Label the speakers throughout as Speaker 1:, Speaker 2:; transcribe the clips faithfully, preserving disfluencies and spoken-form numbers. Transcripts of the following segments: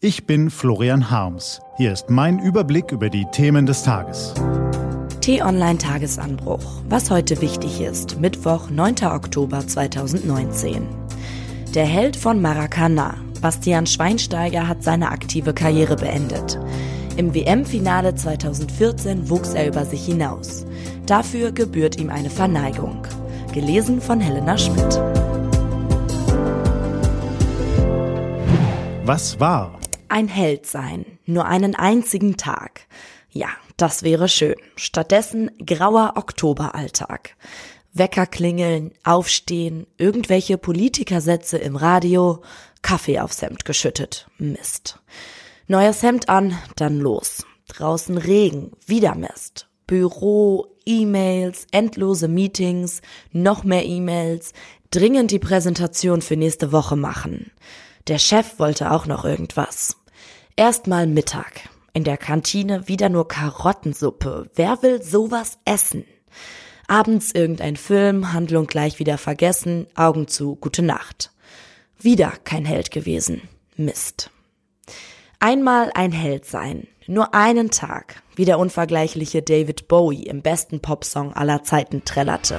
Speaker 1: Ich bin Florian Harms. Hier ist mein Überblick über die Themen des Tages.
Speaker 2: T-Online-Tagesanbruch. Was heute wichtig ist. Mittwoch, neunter Oktober zweitausendneunzehn. Der Held von Maracanã. Bastian Schweinsteiger hat seine aktive Karriere beendet. Im W M-Finale zweitausendvierzehn wuchs er über sich hinaus. Dafür gebührt ihm eine Verneigung. Gelesen von Helena Schmidt.
Speaker 1: Was war?
Speaker 2: Ein Held sein. Nur einen einzigen Tag. Ja, das wäre schön. Stattdessen grauer Oktoberalltag. Wecker klingeln, aufstehen, irgendwelche Politikersätze im Radio, Kaffee aufs Hemd geschüttet. Mist. Neues Hemd an, dann los. Draußen Regen, wieder Mist. Büro, E-Mails, endlose Meetings, noch mehr E-Mails, dringend die Präsentation für nächste Woche machen. Der Chef wollte auch noch irgendwas. Erstmal Mittag. In der Kantine wieder nur Karottensuppe. Wer will sowas essen? Abends irgendein Film, Handlung gleich wieder vergessen, Augen zu, gute Nacht. Wieder kein Held gewesen. Mist. Einmal ein Held sein. Nur einen Tag. Wie der unvergleichliche David Bowie im besten Popsong aller Zeiten trällerte.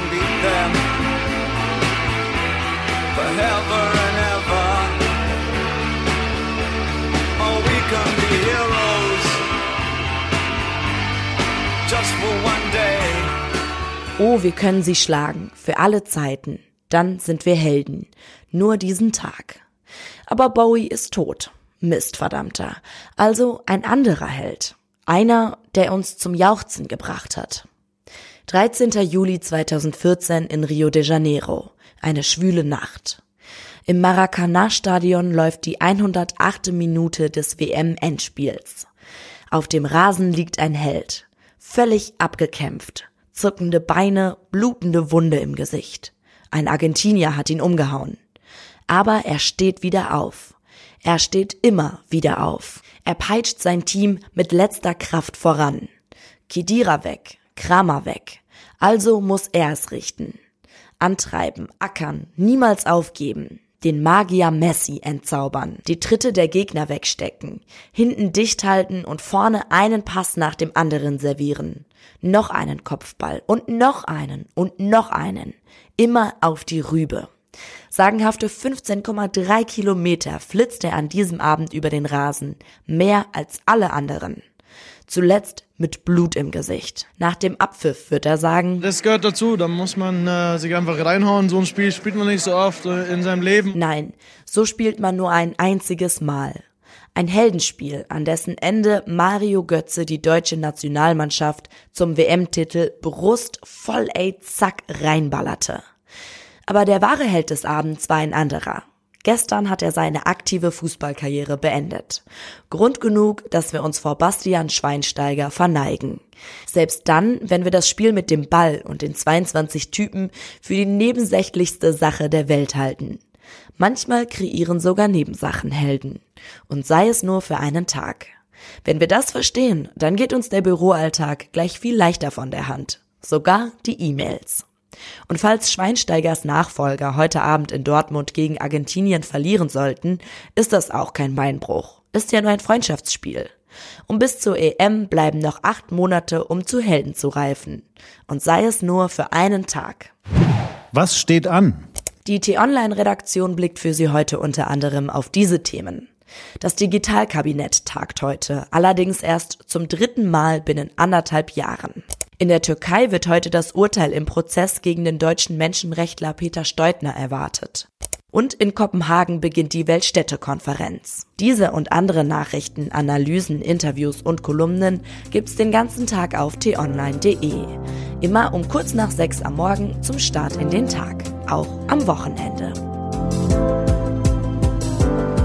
Speaker 2: Oh, wir können sie schlagen, für alle Zeiten. Dann sind wir Helden. Nur diesen Tag. Aber Bowie ist tot. Mist, verdammter. Also ein anderer Held. Einer, der uns zum Jauchzen gebracht hat. dreizehnter Juli zweitausendvierzehn in Rio de Janeiro. Eine schwüle Nacht. Im Maracanã-Stadion läuft die hundertachte Minute des W M-Endspiels. Auf dem Rasen liegt ein Held. Völlig abgekämpft. Zuckende Beine, blutende Wunde im Gesicht. Ein Argentinier hat ihn umgehauen. Aber er steht wieder auf. Er steht immer wieder auf. Er peitscht sein Team mit letzter Kraft voran. Khedira weg, Kramer weg. Also muss er es richten. Antreiben, ackern, niemals aufgeben. Den Magier Messi entzaubern, die Tritte der Gegner wegstecken, hinten dicht halten und vorne einen Pass nach dem anderen servieren. Noch einen Kopfball und noch einen und noch einen. Immer auf die Rübe. Sagenhafte fünfzehn Komma drei Kilometer flitzt er an diesem Abend über den Rasen. Mehr als alle anderen. Zuletzt mit Blut im Gesicht. Nach dem Abpfiff wird er sagen:
Speaker 3: Das gehört dazu, da muss man äh, sich einfach reinhauen. So ein Spiel spielt man nicht so oft äh, in seinem Leben.
Speaker 2: Nein, so spielt man nur ein einziges Mal. Ein Heldenspiel, an dessen Ende Mario Götze die deutsche Nationalmannschaft zum W M-Titel Brust voll ey zack reinballerte. Aber der wahre Held des Abends war ein anderer. Gestern hat er seine aktive Fußballkarriere beendet. Grund genug, dass wir uns vor Bastian Schweinsteiger verneigen. Selbst dann, wenn wir das Spiel mit dem Ball und den zweiundzwanzig Typen für die nebensächlichste Sache der Welt halten. Manchmal kreieren sogar Nebensachen Helden. Und sei es nur für einen Tag. Wenn wir das verstehen, dann geht uns der Büroalltag gleich viel leichter von der Hand. Sogar die E-Mails. Und falls Schweinsteigers Nachfolger heute Abend in Dortmund gegen Argentinien verlieren sollten, ist das auch kein Beinbruch. Ist ja nur ein Freundschaftsspiel. Und bis zur E M bleiben noch acht Monate, um zu Helden zu reifen. Und sei es nur für einen Tag.
Speaker 1: Was steht an?
Speaker 2: Die T-Online-Redaktion blickt für Sie heute unter anderem auf diese Themen. Das Digitalkabinett tagt heute, allerdings erst zum dritten Mal binnen anderthalb Jahren. In der Türkei wird heute das Urteil im Prozess gegen den deutschen Menschenrechtler Peter Steutner erwartet. Und in Kopenhagen beginnt die Weltstädtekonferenz. Diese und andere Nachrichten, Analysen, Interviews und Kolumnen gibt's den ganzen Tag auf t online punkt de. Immer um kurz nach sechs am Morgen zum Start in den Tag. Auch am Wochenende.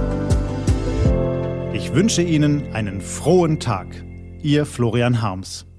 Speaker 1: Ich wünsche Ihnen einen frohen Tag. Ihr Florian Harms.